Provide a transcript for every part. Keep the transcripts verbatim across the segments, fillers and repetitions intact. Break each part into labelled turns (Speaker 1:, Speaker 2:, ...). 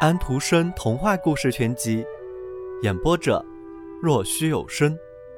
Speaker 1: 安徒生童话故事全集，演播者若虚有声。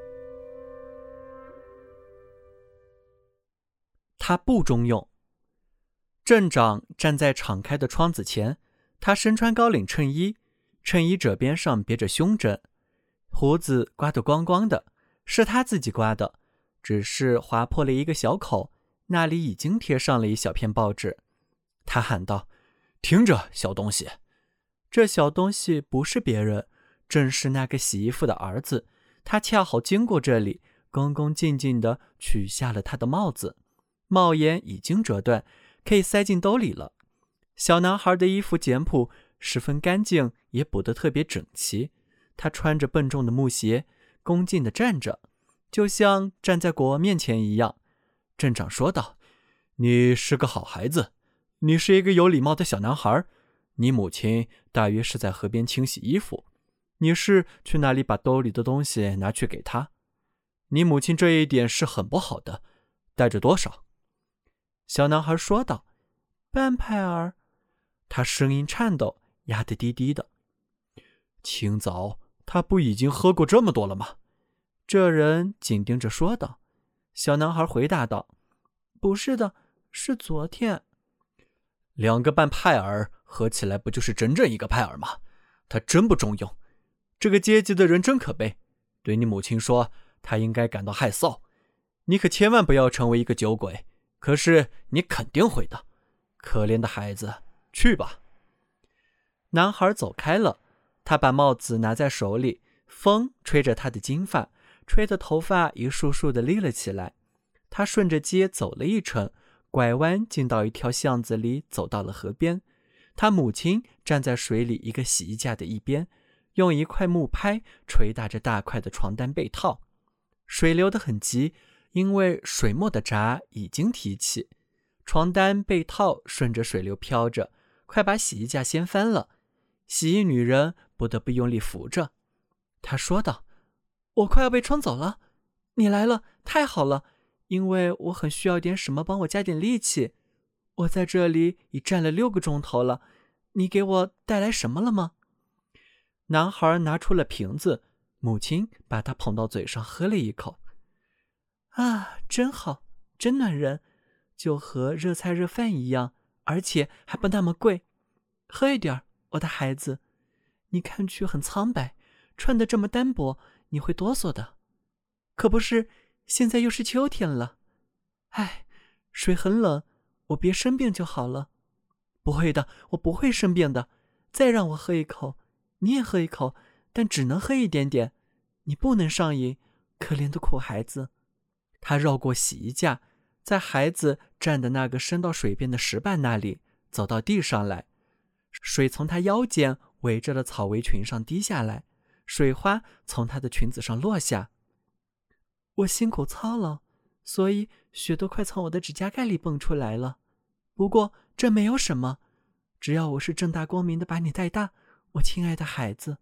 Speaker 1: 他不中用。镇长站在敞开的窗子前，他身穿高领衬衣，衬衣褶边上别着胸针，胡子刮得光光的，是他自己刮的，只是划破了一个小口，那里已经贴上了一小片报纸。他喊道：听着，小东西。这小东西不是别人，正是那个洗衣服的儿子。他恰好经过这里，恭恭敬敬地取下了他的帽子，帽檐已经折断，可以塞进兜里了。小男孩的衣服简朴，十分干净，也补得特别整齐。他穿着笨重的木鞋，恭敬地站着，就像站在国王面前一样。镇长说道：你是个好孩子，你是一个有礼貌的小男孩。你母亲大约是在河边清洗衣服，你是去那里把兜里的东西拿去给她。你母亲这一点是很不好的。带着多少？小男孩说道：半拍儿。他声音颤抖，压得低低的。清早他不已经喝过这么多了吗？这人紧盯着说道。小男孩回答道：不是的，是昨天。两个半派尔合起来不就是整整一个派尔吗？他真不中用。这个阶级的人真可悲。对你母亲说，他应该感到害臊。你可千万不要成为一个酒鬼，可是你肯定会的。可怜的孩子，去吧。男孩走开了，他把帽子拿在手里，风吹着他的金发，吹得头发一束束地立了起来。他顺着街走了一程，拐弯进到一条巷子里，走到了河边。他母亲站在水里一个洗衣架的一边，用一块木拍捶打着大块的床单被套。水流得很急，因为水墨的闸已经提起，床单被套顺着水流飘着，快把洗衣架掀翻了。洗衣女人不得不用力扶着。她说道：我快要被冲走了。你来了，太好了，因为我很需要点什么帮我加点力气。我在这里已站了六个钟头了，你给我带来什么了吗？男孩拿出了瓶子，母亲把他捧到嘴上喝了一口。啊，真好，真暖人，就和热菜热饭一样，而且还不那么贵。喝一点，我的孩子。你看去很苍白，穿得这么单薄，你会哆嗦的。可不是，现在又是秋天了。唉，水很冷，我别生病就好了。不会的，我不会生病的。再让我喝一口，你也喝一口，但只能喝一点点。你不能上瘾，可怜的苦孩子。他绕过洗衣架，在孩子站的那个伸到水边的石板那里，走到地上来。水从他腰间围着的草围裙上滴下来，水花从他的裙子上落下。我辛苦操劳，所以血都快从我的指甲盖里蹦出来了。不过这没有什么，只要我是正大光明的把你带大，我亲爱的孩子。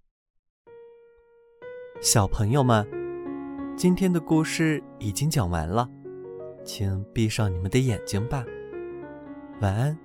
Speaker 1: 小朋友们，今天的故事已经讲完了，请闭上你们的眼睛吧，晚安。